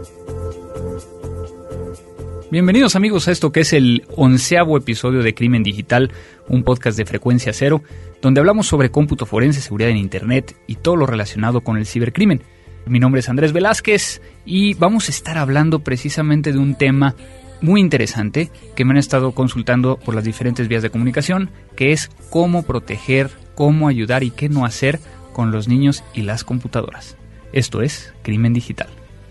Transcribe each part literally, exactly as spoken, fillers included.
Bienvenidos amigos a esto que es el onceavo episodio de Crimen Digital, un podcast de Frecuencia Cero, donde hablamos sobre cómputo forense, seguridad en internet y todo lo relacionado con el cibercrimen. Mi nombre es Andrés Velázquez y vamos a estar hablando precisamente de un tema muy interesante que me han estado consultando por las diferentes vías de comunicación, que es cómo proteger, cómo ayudar y qué no hacer con los niños y las computadoras. Esto es Crimen Digital.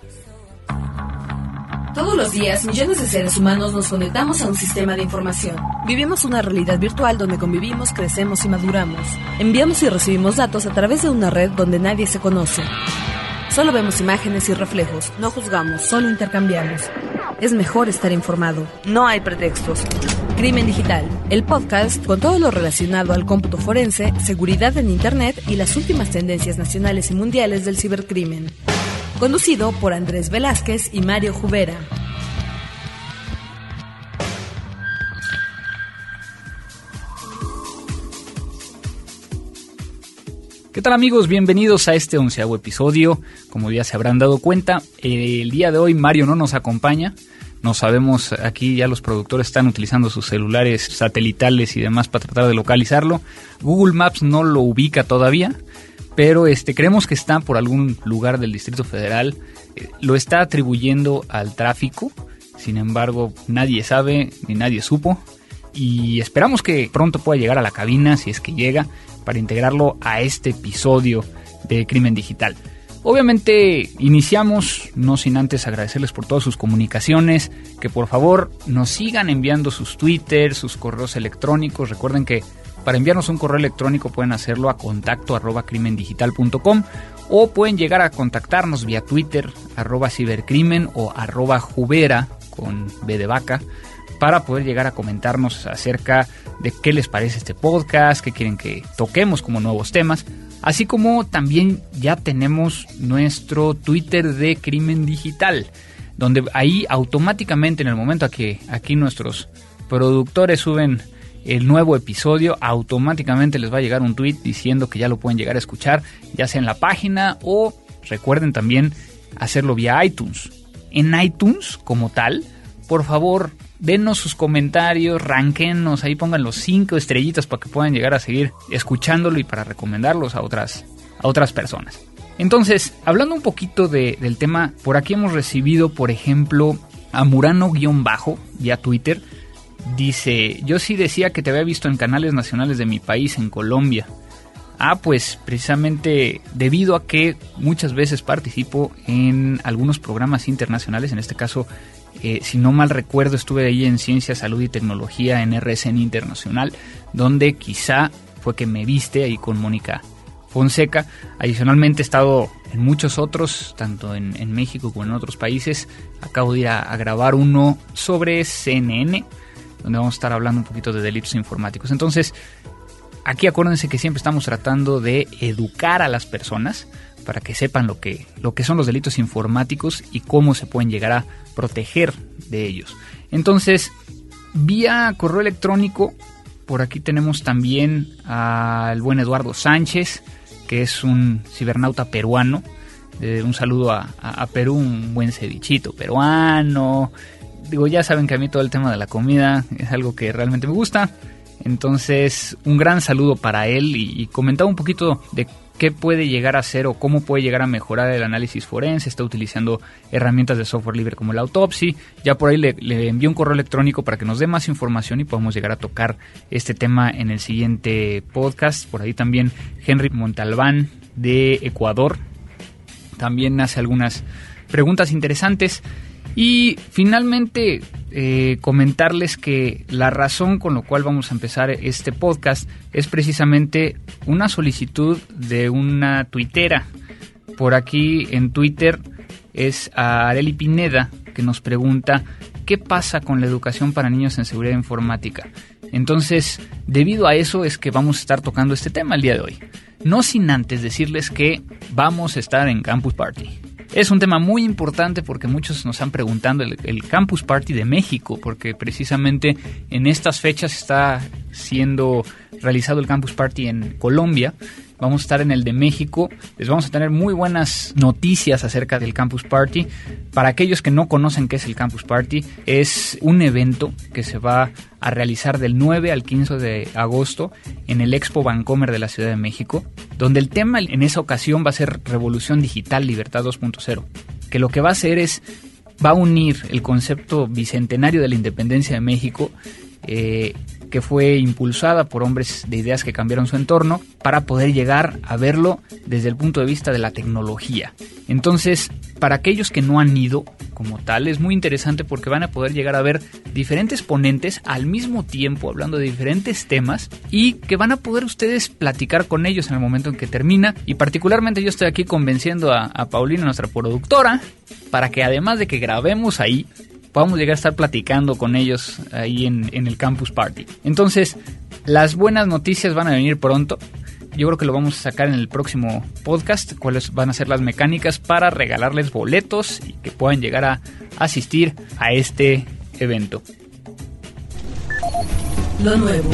Todos los días, millones de seres humanos nos conectamos a un sistema de información. Vivimos una realidad virtual donde convivimos, crecemos y maduramos. Enviamos y recibimos datos a través de una red donde nadie se conoce. Solo vemos imágenes y reflejos, no juzgamos, solo intercambiamos. Es mejor estar informado, no hay pretextos. Crimen Digital, el podcast con todo lo relacionado al cómputo forense, seguridad en internet y las últimas tendencias nacionales y mundiales del cibercrimen. Conducido por Andrés Velázquez y Mario Jubera. ¿Qué tal amigos? Bienvenidos a este onceavo episodio. Como ya se habrán dado cuenta, el día de hoy Mario no nos acompaña. No sabemos, aquí ya los productores están utilizando sus celulares satelitales y demás para tratar de localizarlo. Google Maps no lo ubica todavía. Pero este, creemos que está por algún lugar del Distrito Federal, eh, lo está atribuyendo al tráfico, sin embargo nadie sabe ni nadie supo y esperamos que pronto pueda llegar a la cabina, si es que llega, para integrarlo a este episodio de Crimen Digital. Obviamente iniciamos, no sin antes agradecerles por todas sus comunicaciones, que por favor nos sigan enviando sus Twitter, sus correos electrónicos. Recuerden que para enviarnos un correo electrónico pueden hacerlo a contacto arroba crimen digital punto com o pueden llegar a contactarnos vía Twitter, arroba cibercrimen o arroba jubera con B de vaca, para poder llegar a comentarnos acerca de qué les parece este podcast, qué quieren que toquemos como nuevos temas, así como también ya tenemos nuestro Twitter de Crimen Digital, donde ahí automáticamente en el momento a que aquí nuestros productores suben el nuevo episodio, automáticamente les va a llegar un tweet diciendo que ya lo pueden llegar a escuchar, ya sea en la página o recuerden también hacerlo vía iTunes. En iTunes como tal, por favor, denos sus comentarios, ranquenos, ahí pongan los cinco estrellitas para que puedan llegar a seguir escuchándolo y para recomendarlos a otras, a otras personas. Entonces, hablando un poquito de, del tema, por aquí hemos recibido, por ejemplo, a Murano-Bajo, vía Twitter. Dice, yo sí decía que te había visto en canales nacionales de mi país, en Colombia. Ah, pues precisamente debido a que muchas veces participo en algunos programas internacionales, en este caso, eh, si no mal recuerdo, estuve ahí en Ciencia, Salud y Tecnología en R S N Internacional, donde quizá fue que me viste ahí con Mónica Fonseca. Adicionalmente he estado en muchos otros, tanto en, en México como en otros países. Acabo de ir a, a grabar uno sobre C N N, donde vamos a estar hablando un poquito de delitos informáticos. Entonces, aquí acuérdense que siempre estamos tratando de educar a las personas para que sepan lo que, lo que son los delitos informáticos y cómo se pueden llegar a proteger de ellos. Entonces, vía correo electrónico, por aquí tenemos también al buen Eduardo Sánchez, que es un cibernauta peruano. Eh, un saludo a, a, a Perú, un buen cevichito peruano. Digo, ya saben que a mí todo el tema de la comida es algo que realmente me gusta. Entonces, un gran saludo para él y, y comentaba un poquito de qué puede llegar a hacer o cómo puede llegar a mejorar el análisis forense. Está utilizando herramientas de software libre como la Autopsy. Ya por ahí le, le envié un correo electrónico para que nos dé más información y podamos llegar a tocar este tema en el siguiente podcast. Por ahí también Henry Montalbán de Ecuador también hace algunas preguntas interesantes. Y finalmente eh, comentarles que la razón con la cual vamos a empezar este podcast es precisamente una solicitud de una tuitera. Por aquí en Twitter es a Areli Pineda, que nos pregunta ¿qué pasa con la educación para niños en seguridad informática? Entonces, debido a eso es que vamos a estar tocando este tema el día de hoy. No sin antes decirles que vamos a estar en Campus Party. Es un tema muy importante porque muchos nos han preguntado el, el Campus Party de México, porque precisamente en estas fechas está siendo realizado el Campus Party en Colombia. vamos a estar en el de México. Les vamos a tener muy buenas noticias acerca del Campus Party. Para aquellos que no conocen qué es el Campus Party, es un evento que se va a realizar del nueve al quince de agosto en el Expo Bancomer de la Ciudad de México, donde el tema en esa ocasión va a ser Revolución Digital, Libertad dos punto cero, que lo que va a hacer es, va a unir el concepto bicentenario de la independencia de México, eh, que fue impulsada por hombres de ideas que cambiaron su entorno, para poder llegar a verlo desde el punto de vista de la tecnología. Entonces, para aquellos que no han ido como tal, es muy interesante porque van a poder llegar a ver diferentes ponentes al mismo tiempo, hablando de diferentes temas, y que van a poder ustedes platicar con ellos en el momento en que termina. Y particularmente yo estoy aquí convenciendo a, a Paulina, nuestra productora, para que además de que grabemos ahí, podamos llegar a estar platicando con ellos ahí en, en el Campus Party. Entonces, las buenas noticias van a venir pronto. Yo creo que lo vamos a sacar en el próximo podcast, cuáles van a ser las mecánicas para regalarles boletos y que puedan llegar a asistir a este evento. Lo nuevo.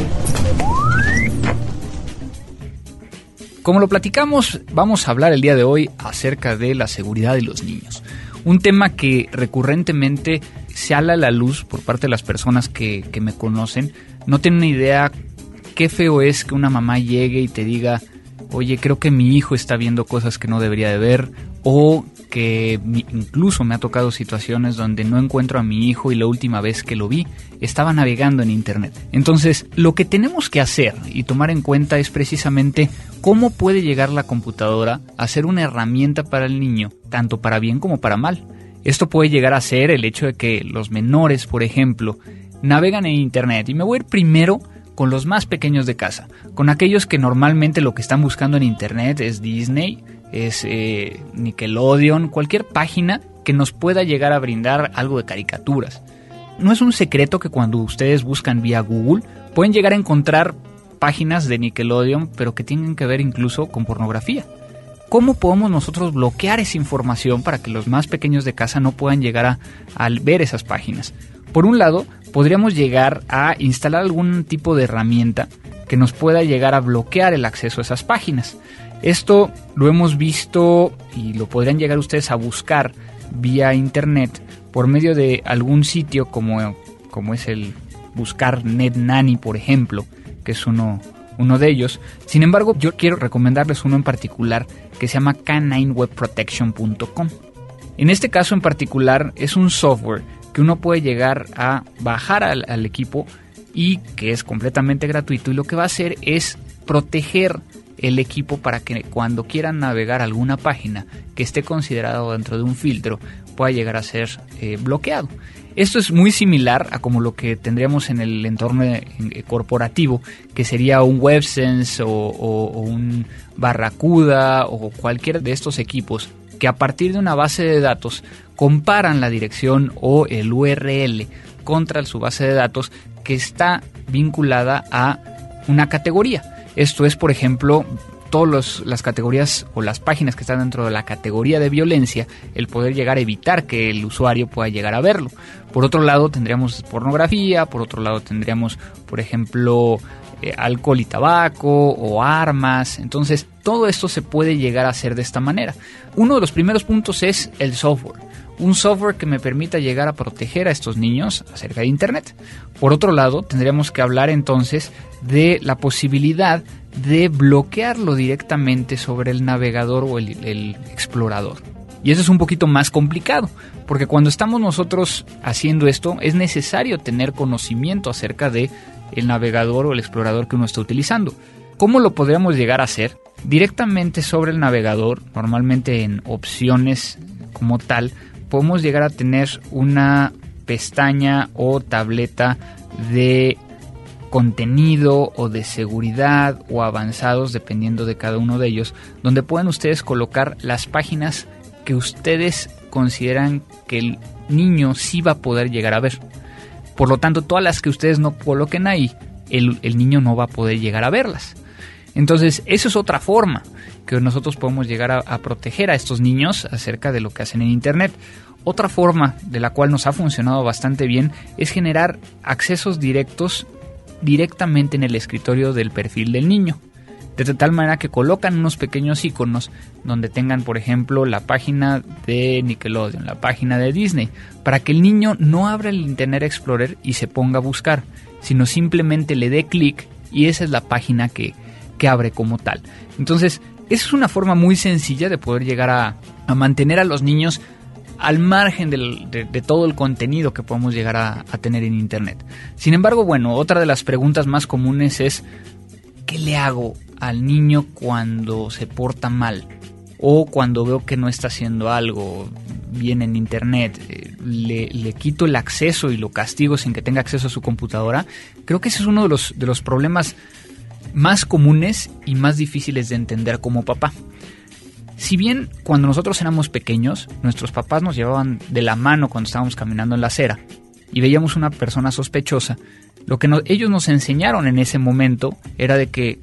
Como lo platicamos, vamos a hablar el día de hoy acerca de la seguridad de los niños. Un tema que recurrentemente se ala a la luz por parte de las personas que, que me conocen. No tienen una idea qué feo es que una mamá llegue y te diga: oye, creo que mi hijo está viendo cosas que no debería de ver, o que mi, incluso me ha tocado situaciones donde no encuentro a mi hijo y la última vez que lo vi estaba navegando en internet. Entonces, lo que tenemos que hacer y tomar en cuenta es precisamente cómo puede llegar la computadora a ser una herramienta para el niño, tanto para bien como para mal. Esto puede llegar a ser el hecho de que los menores, por ejemplo, navegan en internet, y me voy a ir primero con los más pequeños de casa, con aquellos que normalmente lo que están buscando en internet es Disney, es eh, Nickelodeon, cualquier página que nos pueda llegar a brindar algo de caricaturas. No es un secreto que cuando ustedes buscan vía Google pueden llegar a encontrar páginas de Nickelodeon, pero que tienen que ver incluso con pornografía. ¿Cómo podemos nosotros bloquear esa información para que los más pequeños de casa no puedan llegar a, a ver esas páginas? Por un lado, podríamos llegar a instalar algún tipo de herramienta que nos pueda llegar a bloquear el acceso a esas páginas. Esto lo hemos visto y lo podrían llegar ustedes a buscar vía internet por medio de algún sitio como, como es el buscar NetNanny, por ejemplo, que es uno, uno de ellos. Sin embargo, yo quiero recomendarles uno en particular que se llama canine web protection punto com. En este caso en particular es un software que uno puede llegar a bajar al, al equipo y que es completamente gratuito, y lo que va a hacer es proteger el equipo para que cuando quieran navegar alguna página que esté considerado dentro de un filtro pueda llegar a ser eh, bloqueado. Esto es muy similar a como lo que tendríamos en el entorno eh, corporativo, que sería un WebSense o, o, o un Barracuda o cualquier de estos equipos que a partir de una base de datos comparan la dirección o el U R L contra su base de datos que está vinculada a una categoría. Esto es, por ejemplo, todas las categorías o las páginas que están dentro de la categoría de violencia, el poder llegar a evitar que el usuario pueda llegar a verlo. Por otro lado tendríamos pornografía, por otro lado tendríamos, por ejemplo, eh, alcohol y tabaco o armas. Entonces, todo esto se puede llegar a hacer de esta manera. Uno de los primeros puntos es el software. Un software que me permita llegar a proteger a estos niños acerca de internet. Por otro lado, tendríamos que hablar entonces de la posibilidad de bloquearlo directamente sobre el navegador o el, el explorador. Y eso es un poquito más complicado, porque cuando estamos nosotros haciendo esto, es necesario tener conocimiento acerca de el navegador o el explorador que uno está utilizando. ¿Cómo lo podríamos llegar a hacer? Directamente sobre el navegador, normalmente en opciones como tal, podemos llegar a tener una pestaña o tableta de contenido o de seguridad o avanzados, dependiendo de cada uno de ellos, donde pueden ustedes colocar las páginas que ustedes consideran que el niño sí va a poder llegar a ver. Por lo tanto, todas las que ustedes no coloquen ahí, el, el niño no va a poder llegar a verlas. Entonces, eso es otra forma que nosotros podemos llegar a, a proteger a estos niños acerca de lo que hacen en internet. Otra forma de la cual nos ha funcionado bastante bien es generar accesos directos directamente en el escritorio del perfil del niño. de tal manera que colocan unos pequeños iconos donde tengan, por ejemplo, la página de Nickelodeon, la página de Disney, para que el niño no abra el Internet Explorer y se ponga a buscar, sino simplemente le dé clic y esa es la página que, que abre como tal. Entonces, esa es una forma muy sencilla de poder llegar a, a mantener a los niños al margen del, de, de todo el contenido que podemos llegar a, a tener en Internet. Sin embargo, bueno, otra de las preguntas más comunes es ¿qué le hago al niño cuando se porta mal? O cuando veo que no está haciendo algo bien en Internet, eh, le, le quito el acceso y lo castigo sin que tenga acceso a su computadora. Creo que ese es uno de los, de los problemas más comunes y más difíciles de entender como papá. Si bien cuando nosotros éramos pequeños, nuestros papás nos llevaban de la mano cuando estábamos caminando en la acera y veíamos una persona sospechosa, lo que no, ellos nos enseñaron en ese momento era de que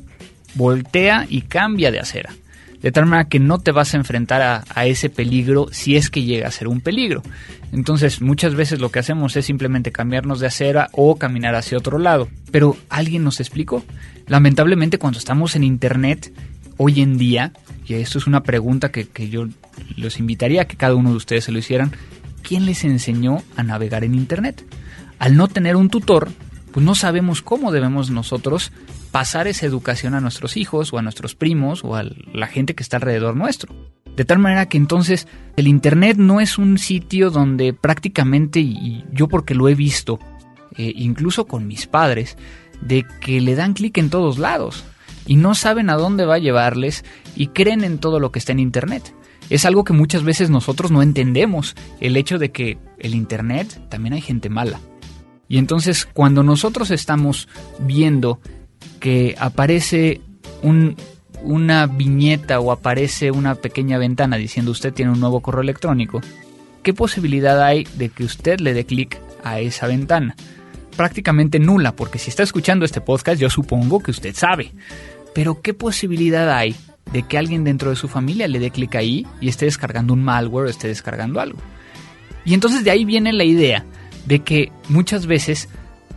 voltea y cambia de acera, de tal manera que no te vas a enfrentar a, a ese peligro si es que llega a ser un peligro. Entonces muchas veces lo que hacemos es simplemente cambiarnos de acera o caminar hacia otro lado, pero alguien nos explicó. Lamentablemente cuando estamos en Internet hoy en día, y esto es una pregunta que, que yo los invitaría a que cada uno de ustedes se lo hicieran, ¿quién les enseñó a navegar en Internet? Al no tener un tutor, pues no sabemos cómo debemos nosotros pasar esa educación a nuestros hijos o a nuestros primos o a la gente que está alrededor nuestro. De tal manera que entonces el Internet no es un sitio donde prácticamente, y yo porque lo he visto, eh, incluso con mis padres, de que le dan clic en todos lados y no saben a dónde va a llevarles y creen en todo lo que está en Internet. Es algo que muchas veces nosotros no entendemos, el hecho de que el Internet también hay gente mala. Y entonces cuando nosotros estamos viendo que aparece un, una viñeta o aparece una pequeña ventana diciendo usted tiene un nuevo correo electrónico, ¿qué posibilidad hay de que usted le dé clic a esa ventana? Prácticamente nula, porque si está escuchando este podcast yo supongo que usted sabe. Pero ¿qué posibilidad hay de que alguien dentro de su familia le dé clic ahí y esté descargando un malware o esté descargando algo? Y entonces de ahí viene la idea de que muchas veces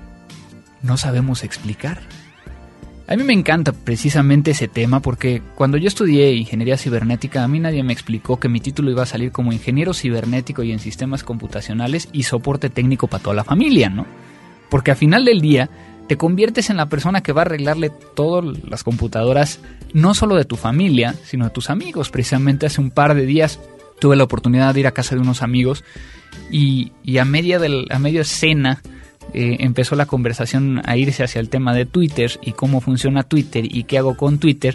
no sabemos explicar. A mí me encanta precisamente ese tema porque cuando yo estudié ingeniería cibernética a mí nadie me explicó que mi título iba a salir como ingeniero cibernético y en sistemas computacionales y soporte técnico para toda la familia, ¿no? Porque al final del día te conviertes en la persona que va a arreglarle todas las computadoras, no solo de tu familia, sino de tus amigos. Precisamente hace un par de días tuve la oportunidad de ir a casa de unos amigos y, y a media del, a media cena eh, empezó la conversación a irse hacia el tema de Twitter y cómo funciona Twitter y qué hago con Twitter.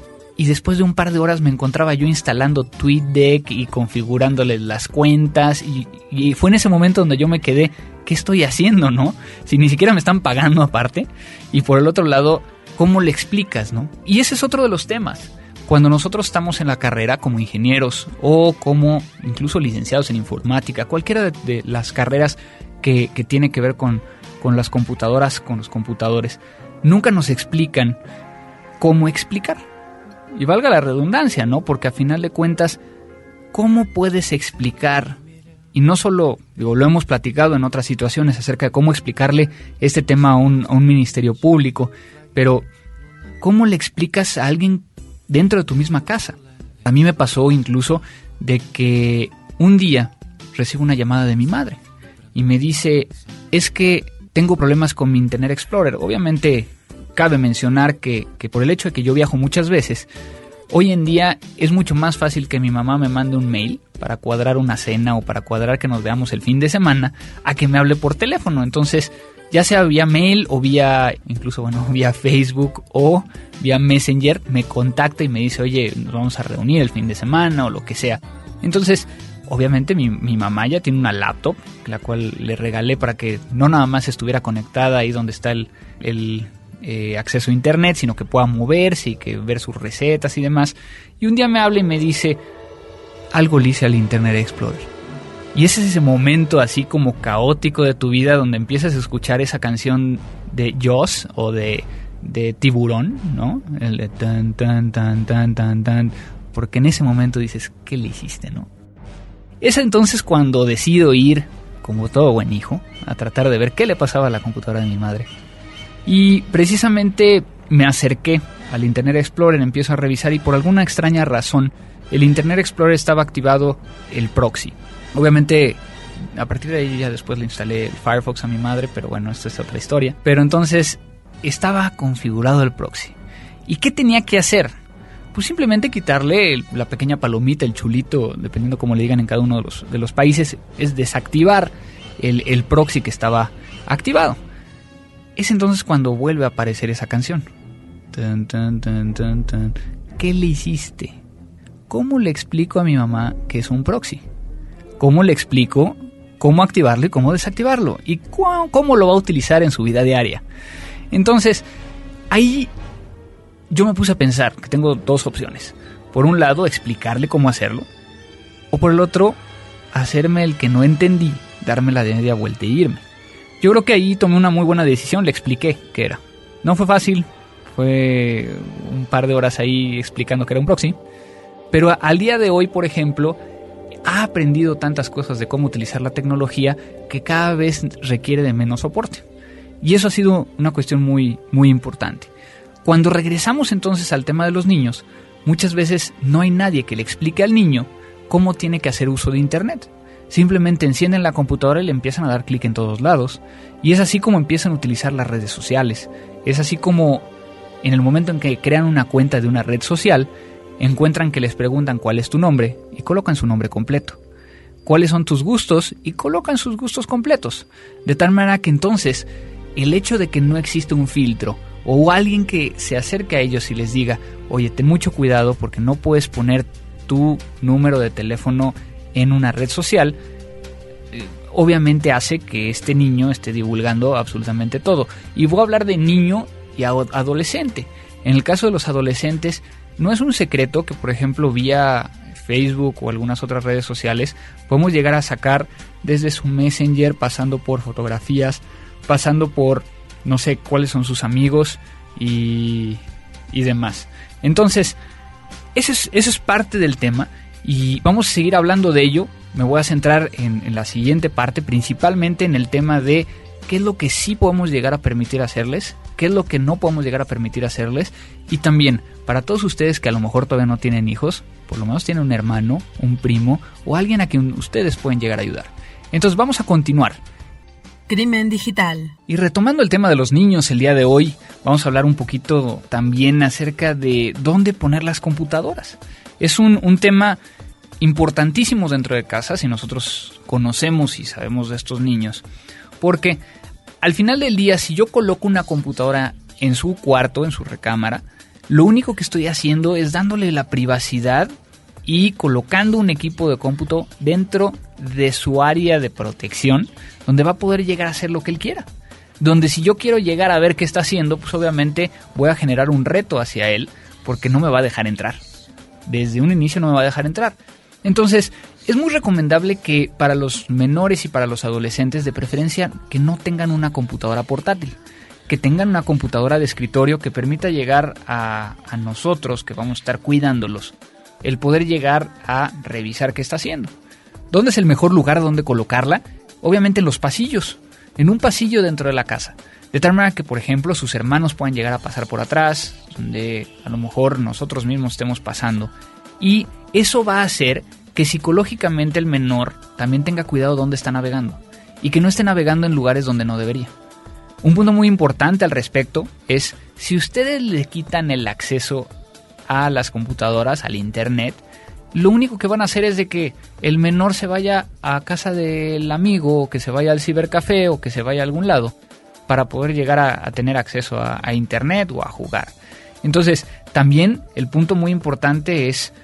Y después de un par de horas me encontraba yo instalando TweetDeck y configurándole las cuentas y, y fue en ese momento donde yo me quedé, ¿qué estoy haciendo, no? Si ni siquiera me están pagando aparte. Y por el otro lado, ¿cómo le explicas, no? Y ese es otro de los temas. Cuando nosotros estamos en la carrera como ingenieros o como incluso licenciados en informática, cualquiera de, de las carreras que, que tiene que ver con, con las computadoras, con los computadores, nunca nos explican cómo explicar. Y valga la redundancia, ¿no? Porque a final de cuentas, ¿cómo puedes explicar? Y no solo, digo, lo hemos platicado en otras situaciones acerca de cómo explicarle este tema a un, a un ministerio público, pero ¿cómo le explicas a alguien dentro de tu misma casa? A mí me pasó incluso de que un día recibo una llamada de mi madre y me dice, es que tengo problemas con mi Internet Explorer. Obviamente cabe mencionar que, que por el hecho de que yo viajo muchas veces, hoy en día es mucho más fácil que mi mamá me mande un mail para cuadrar una cena o para cuadrar que nos veamos el fin de semana a que me hable por teléfono. Entonces, ya sea vía mail o vía, incluso bueno, vía Facebook o vía Messenger, me contacta y me dice, oye, nos vamos a reunir el fin de semana o lo que sea. Entonces, obviamente mi, mi mamá ya tiene una laptop, la cual le regalé para que no nada más estuviera conectada ahí donde está el... el Eh, acceso a internet, sino que pueda moverse y que ver sus recetas y demás. Y un día me habla y me dice, algo le hice al Internet Explorer. Y ese es ese momento así como caótico de tu vida donde empiezas a escuchar esa canción de Jaws o de, de Tiburón, ¿no? El de tan tan tan tan tan tan, porque en ese momento dices, ¿qué le hiciste, no? Es entonces cuando decido ir, como todo buen hijo, a tratar de ver qué le pasaba a la computadora de mi madre. Y precisamente me acerqué al Internet Explorer, empiezo a revisar y por alguna extraña razón el Internet Explorer estaba activado el proxy. Obviamente a partir de ahí ya después le instalé el Firefox a mi madre, pero bueno, esta es otra historia. Pero entonces estaba configurado el proxy. ¿Y qué tenía que hacer? Pues simplemente quitarle el, la pequeña palomita, el chulito, dependiendo cómo le digan en cada uno de los, de los países, es desactivar el, el proxy que estaba activado. Es entonces cuando vuelve a aparecer esa canción. Tan, tan, tan, tan, tan. ¿Qué le hiciste? ¿Cómo le explico a mi mamá que es un proxy? ¿Cómo le explico cómo activarlo y cómo desactivarlo? ¿Y cu- cómo lo va a utilizar en su vida diaria? Entonces, ahí yo me puse a pensar que tengo dos opciones. Por un lado, explicarle cómo hacerlo. O por el otro, hacerme el que no entendí, darme la de media vuelta e irme. Yo creo que ahí tomé una muy buena decisión, le expliqué qué era. No fue fácil, fue un par de horas ahí explicando que era un proxy. Pero a, al día de hoy, por ejemplo, ha aprendido tantas cosas de cómo utilizar la tecnología que cada vez requiere de menos soporte. Y eso ha sido una cuestión muy, muy importante. Cuando regresamos entonces al tema de los niños, muchas veces no hay nadie que le explique al niño cómo tiene que hacer uso de Internet. Simplemente encienden la computadora y le empiezan a dar clic en todos lados. Y es así como empiezan a utilizar las redes sociales. Es así como en el momento en que crean una cuenta de una red social, encuentran que les preguntan cuál es tu nombre y colocan su nombre completo. ¿Cuáles son tus gustos? Y colocan sus gustos completos. De tal manera que entonces el hecho de que no existe un filtro o alguien que se acerque a ellos y les diga, oye, ten mucho cuidado porque no puedes poner tu número de teléfono en una red social, eh, obviamente hace que este niño esté divulgando absolutamente todo. Y voy a hablar de niño y adolescente. En el caso de los adolescentes, no es un secreto que, por ejemplo, vía Facebook o algunas otras redes sociales, podemos llegar a sacar desde su Messenger, pasando por fotografías, pasando por, no sé, cuáles son sus amigos y, y demás. Entonces, eso es, eso es parte del tema y vamos a seguir hablando de ello. Me voy a centrar en, en la siguiente parte, principalmente en el tema de qué es lo que sí podemos llegar a permitir hacerles, qué es lo que no podemos llegar a permitir hacerles, y también para todos ustedes que a lo mejor todavía no tienen hijos, por lo menos tienen un hermano, un primo o alguien a quien ustedes pueden llegar a ayudar. Entonces vamos a continuar. Crimen digital. Y retomando el tema de los niños el día de hoy, vamos a hablar un poquito también acerca de dónde poner las computadoras. Es un, un tema importantísimo dentro de casa si nosotros conocemos y sabemos de estos niños, porque al final del día, si yo coloco una computadora en su cuarto, en su recámara, lo único que estoy haciendo es dándole la privacidad y colocando un equipo de cómputo dentro de su área de protección, donde va a poder llegar a hacer lo que él quiera. Donde si yo quiero llegar a ver qué está haciendo, pues obviamente voy a generar un reto hacia él, porque no me va a dejar entrar. Desde un inicio no me va a dejar entrar. Entonces, es muy recomendable que para los menores y para los adolescentes, de preferencia, que no tengan una computadora portátil, que tengan una computadora de escritorio que permita llegar a, a nosotros, que vamos a estar cuidándolos, el poder llegar a revisar qué está haciendo. ¿Dónde es el mejor lugar donde colocarla? Obviamente en los pasillos, en un pasillo dentro de la casa. De tal manera que, por ejemplo, sus hermanos puedan llegar a pasar por atrás, donde a lo mejor nosotros mismos estemos pasando. Y eso va a hacer que psicológicamente el menor también tenga cuidado dónde está navegando y que no esté navegando en lugares donde no debería. Un punto muy importante al respecto es, si ustedes le quitan el acceso a las computadoras, al internet, lo único que van a hacer es de que el menor se vaya a casa del amigo, o que se vaya al cibercafé, o que se vaya a algún lado, para poder llegar a, a tener acceso a, a internet o a jugar. Entonces, también el punto muy importante es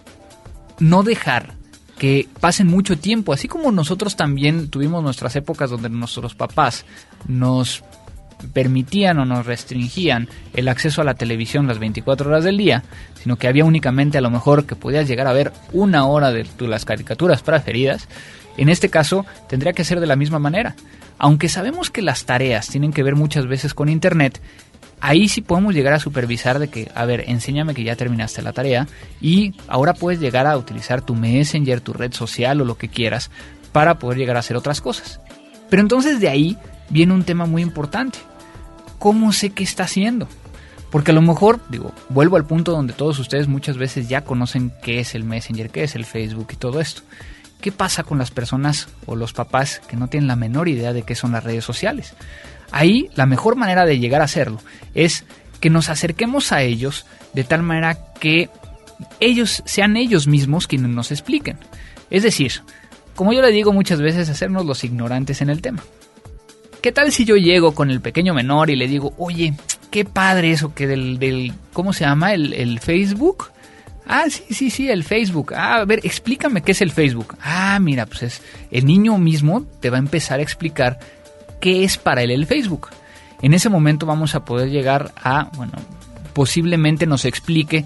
no dejar que pasen mucho tiempo, así como nosotros también tuvimos nuestras épocas donde nuestros papás nos permitían o nos restringían el acceso a la televisión las veinticuatro horas del día, sino que había únicamente a lo mejor que podías llegar a ver una hora de tu, las caricaturas preferidas. En este caso tendría que ser de la misma manera. Aunque sabemos que las tareas tienen que ver muchas veces con internet, ahí sí podemos llegar a supervisar de que, a ver, enséñame que ya terminaste la tarea y ahora puedes llegar a utilizar tu Messenger, tu red social o lo que quieras para poder llegar a hacer otras cosas. Pero entonces de ahí viene un tema muy importante. ¿Cómo sé qué está haciendo? Porque a lo mejor, digo, vuelvo al punto donde todos ustedes muchas veces ya conocen qué es el Messenger, qué es el Facebook y todo esto. ¿Qué pasa con las personas o los papás que no tienen la menor idea de qué son las redes sociales? Ahí la mejor manera de llegar a hacerlo es que nos acerquemos a ellos de tal manera que ellos sean ellos mismos quienes nos expliquen. Es decir, como yo le digo muchas veces, hacernos los ignorantes en el tema. ¿Qué tal si yo llego con el pequeño menor y le digo, oye, qué padre eso que del, del ¿cómo se llama? ¿El, el Facebook? Ah, sí, sí, sí, el Facebook. Ah, a ver, explícame qué es el Facebook. Ah, mira, pues es el niño mismo te va a empezar a explicar qué es para él el Facebook. En ese momento vamos a poder llegar a, bueno, posiblemente nos explique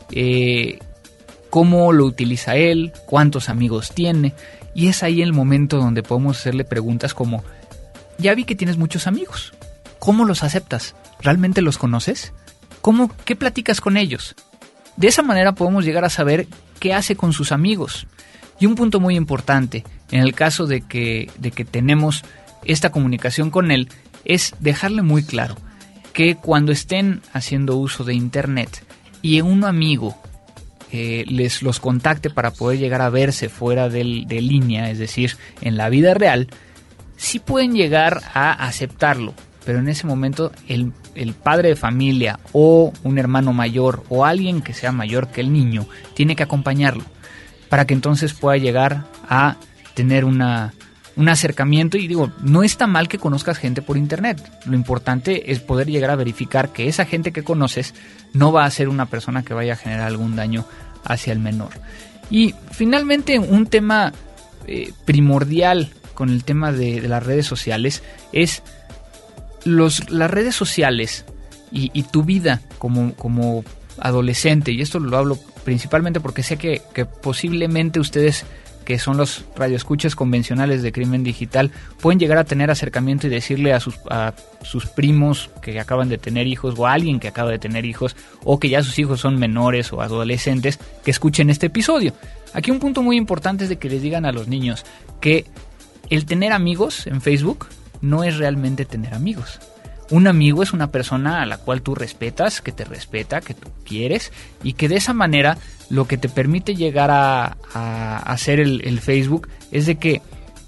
eh, cómo lo utiliza él, cuántos amigos tiene, y es ahí el momento donde podemos hacerle preguntas como, ya vi que tienes muchos amigos, ¿cómo los aceptas? ¿Realmente los conoces? ¿Cómo, qué platicas con ellos? De esa manera podemos llegar a saber qué hace con sus amigos. Y un punto muy importante, en el caso de que, de que tenemos esta comunicación con él, es dejarle muy claro que cuando estén haciendo uso de internet y un amigo eh, les los contacte para poder llegar a verse fuera del, de línea, es decir, en la vida real, sí pueden llegar a aceptarlo, pero en ese momento el, el padre de familia o un hermano mayor o alguien que sea mayor que el niño tiene que acompañarlo para que entonces pueda llegar a tener una... un acercamiento. Y digo, no está mal que conozcas gente por internet. Lo importante es poder llegar a verificar que esa gente que conoces no va a ser una persona que vaya a generar algún daño hacia el menor. Y finalmente, un tema eh, primordial con el tema de, de las redes sociales es los, las redes sociales y, y tu vida como, como adolescente. Y esto lo hablo principalmente porque sé que, que posiblemente ustedes, que son los radioescuchas convencionales de Crimen Digital, pueden llegar a tener acercamiento y decirle a sus, a sus primos que acaban de tener hijos, o a alguien que acaba de tener hijos, o que ya sus hijos son menores o adolescentes, que escuchen este episodio. Aquí un punto muy importante es de que les digan a los niños que el tener amigos en Facebook no es realmente tener amigos. Un amigo es una persona a la cual tú respetas, que te respeta, que tú quieres, y que de esa manera lo que te permite llegar a, a hacer el, el Facebook es de que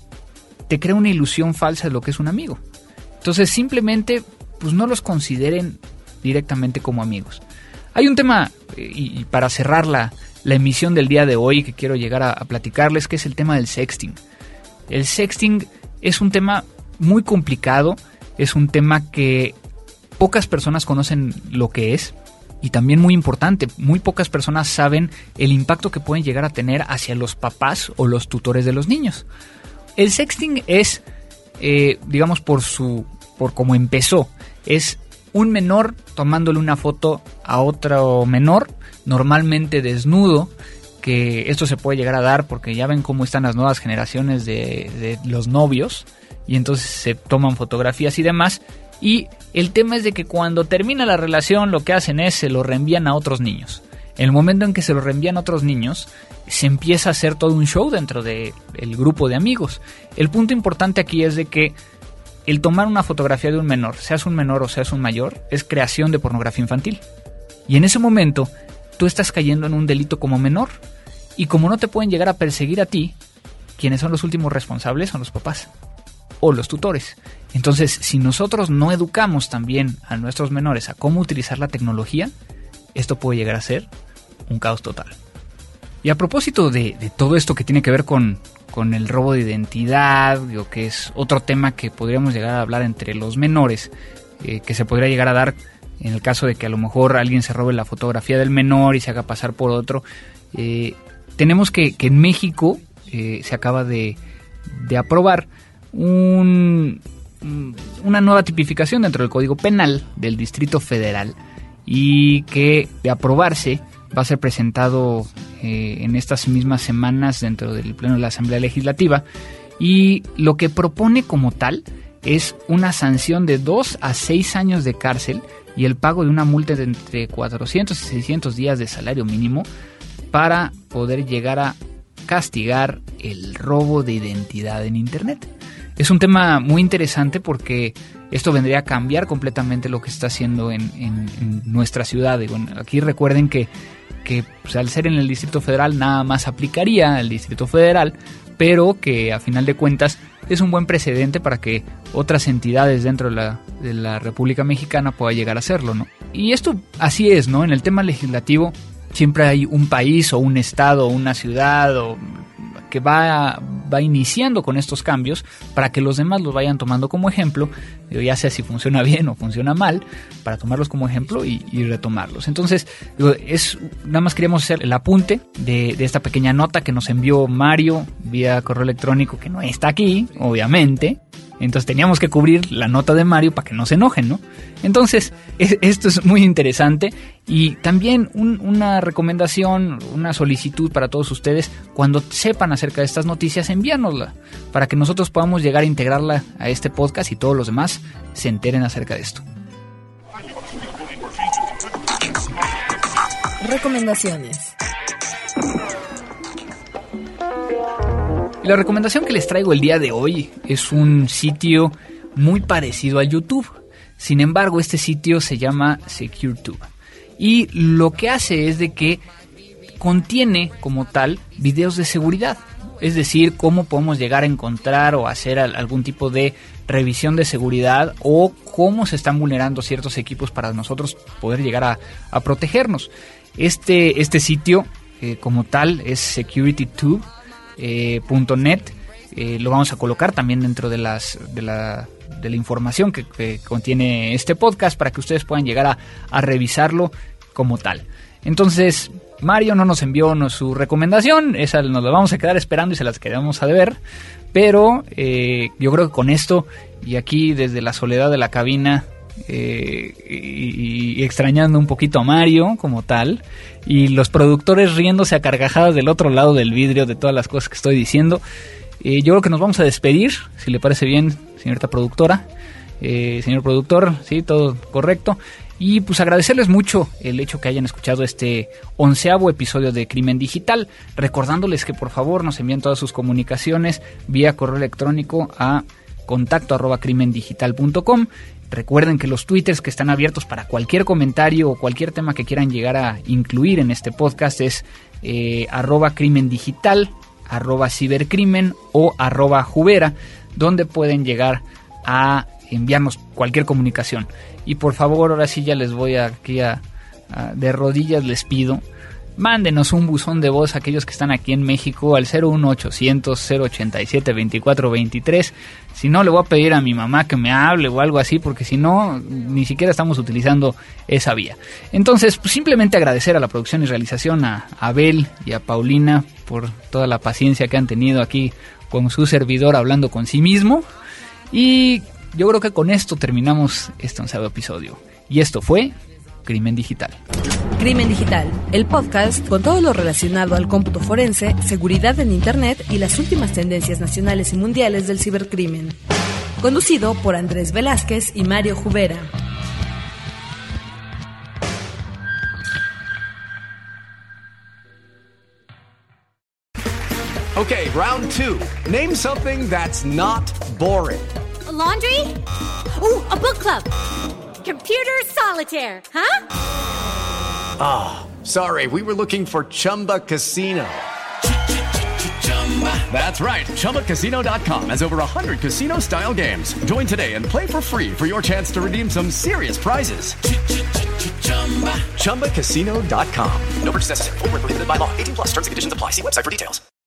te crea una ilusión falsa de lo que es un amigo. Entonces simplemente pues no los consideren directamente como amigos. Hay un tema, y, y para cerrar la, la emisión del día de hoy que quiero llegar a, a platicarles, que es el tema del sexting. El sexting es un tema muy complicado. Es un tema que pocas personas conocen lo que es, y también muy importante, muy pocas personas saben el impacto que pueden llegar a tener hacia los papás o los tutores de los niños. El sexting es, eh, digamos por su, por cómo empezó, es un menor tomándole una foto a otro menor, normalmente desnudo, que esto se puede llegar a dar porque ya ven cómo están las nuevas generaciones de, de los novios, y entonces se toman fotografías y demás, y el tema es de que cuando termina la relación lo que hacen es se lo reenvían a otros niños. En el momento en que se lo reenvían a otros niños, se empieza a hacer todo un show dentro del grupo de amigos. El punto importante aquí es de que el tomar una fotografía de un menor, seas un menor o seas un mayor, es creación de pornografía infantil. Y en ese momento tú estás cayendo en un delito como menor, y como no te pueden llegar a perseguir a ti, quienes son los últimos responsables son los papás o los tutores. Entonces, si nosotros no educamos también a nuestros menores a cómo utilizar la tecnología, esto puede llegar a ser un caos total. Y a propósito de, de todo esto que tiene que ver con, con el robo de identidad, digo, que es otro tema que podríamos llegar a hablar entre los menores, eh, que se podría llegar a dar en el caso de que a lo mejor alguien se robe la fotografía del menor y se haga pasar por otro. Eh, tenemos que, que en México eh, se acaba de, de aprobar un, una nueva tipificación dentro del Código Penal del Distrito Federal, y que de aprobarse va a ser presentado eh, en estas mismas semanas dentro del Pleno de la Asamblea Legislativa, y lo que propone como tal es una sanción de dos a seis años de cárcel y el pago de una multa de entre cuatrocientos y seiscientos días de salario mínimo para poder llegar a castigar el robo de identidad en Internet. Es un tema muy interesante porque esto vendría a cambiar completamente lo que está haciendo en, en, en nuestra ciudad. Y bueno, aquí recuerden que, que pues, al ser en el Distrito Federal nada más aplicaría al Distrito Federal, pero que a final de cuentas es un buen precedente para que otras entidades dentro de la, de la República Mexicana puedan llegar a hacerlo, ¿no? Y esto así es, ¿no? En el tema legislativo siempre hay un país o un estado o una ciudad o que va, va iniciando con estos cambios para que los demás los vayan tomando como ejemplo, ya sea si funciona bien o funciona mal, para tomarlos como ejemplo y, y retomarlos. Entonces, es nada más queríamos hacer el apunte de, de esta pequeña nota que nos envió Mario vía correo electrónico, que no está aquí, obviamente. Entonces teníamos que cubrir la nota de Mario para que no se enojen, ¿no? Entonces, es, esto es muy interesante y también un, una recomendación, una solicitud para todos ustedes, cuando sepan acerca de estas noticias, envíanosla para que nosotros podamos llegar a integrarla a este podcast y todos los demás se enteren acerca de esto. Recomendaciones. La recomendación que les traigo el día de hoy es un sitio muy parecido a YouTube. Sin embargo, este sitio se llama SecureTube. Y lo que hace es de que contiene como tal videos de seguridad. Es decir, cómo podemos llegar a encontrar o hacer algún tipo de revisión de seguridad o cómo se están vulnerando ciertos equipos para nosotros poder llegar a, a protegernos. Este, este sitio eh, como tal es securitytube. Eh, .net, eh, lo vamos a colocar también dentro de las de la, de la información que, que contiene este podcast para que ustedes puedan llegar a, a revisarlo como tal. Entonces, Mario no nos envió no, su recomendación, esa nos la vamos a quedar esperando y se las quedamos a deber, pero eh, yo creo que con esto y aquí desde la soledad de la cabina Eh, y, y extrañando un poquito a Mario como tal y los productores riéndose a carcajadas del otro lado del vidrio de todas las cosas que estoy diciendo, eh, yo creo que nos vamos a despedir, si le parece bien, señorita productora, eh, señor productor, sí, todo correcto, y pues agradecerles mucho el hecho que hayan escuchado este onceavo episodio de Crimen Digital, recordándoles que por favor nos envíen todas sus comunicaciones vía correo electrónico a contacto arroba crimendigital punto com. Recuerden que los twitters que están abiertos para cualquier comentario o cualquier tema que quieran llegar a incluir en este podcast es eh, arroba crimendigital, arroba cibercrimen o arroba jubera, donde pueden llegar a enviarnos cualquier comunicación. Y por favor, ahora sí ya les voy aquí a, a de rodillas les pido, mándenos un buzón de voz a aquellos que están aquí en México al cero uno ochocientos cero ochenta y siete veinticuatro veintitrés. Si no, le voy a pedir a mi mamá que me hable o algo así, porque si no, ni siquiera estamos utilizando esa vía. Entonces, pues, simplemente agradecer a la producción y realización, a Abel y a Paulina por toda la paciencia que han tenido aquí con su servidor hablando con sí mismo. Y yo creo que con esto terminamos este onceavo episodio. Y esto fue Crimen Digital. Crimen Digital, el podcast con todo lo relacionado al cómputo forense, seguridad en Internet y las últimas tendencias nacionales y mundiales del cibercrimen. Conducido por Andrés Velázquez y Mario Jubera. Okay, round two. Name something that's not boring. A laundry? Ooh, a book club. Computer solitaire, huh? Ah, oh, sorry, we were looking for Chumba Casino. That's right, Chumba Casino dot com has over one hundred casino-style games. Join today and play for free for your chance to redeem some serious prizes. Chumba Casino dot com. No purchase necessary. Void where prohibited by law. eighteen plus terms and conditions apply. See website for details.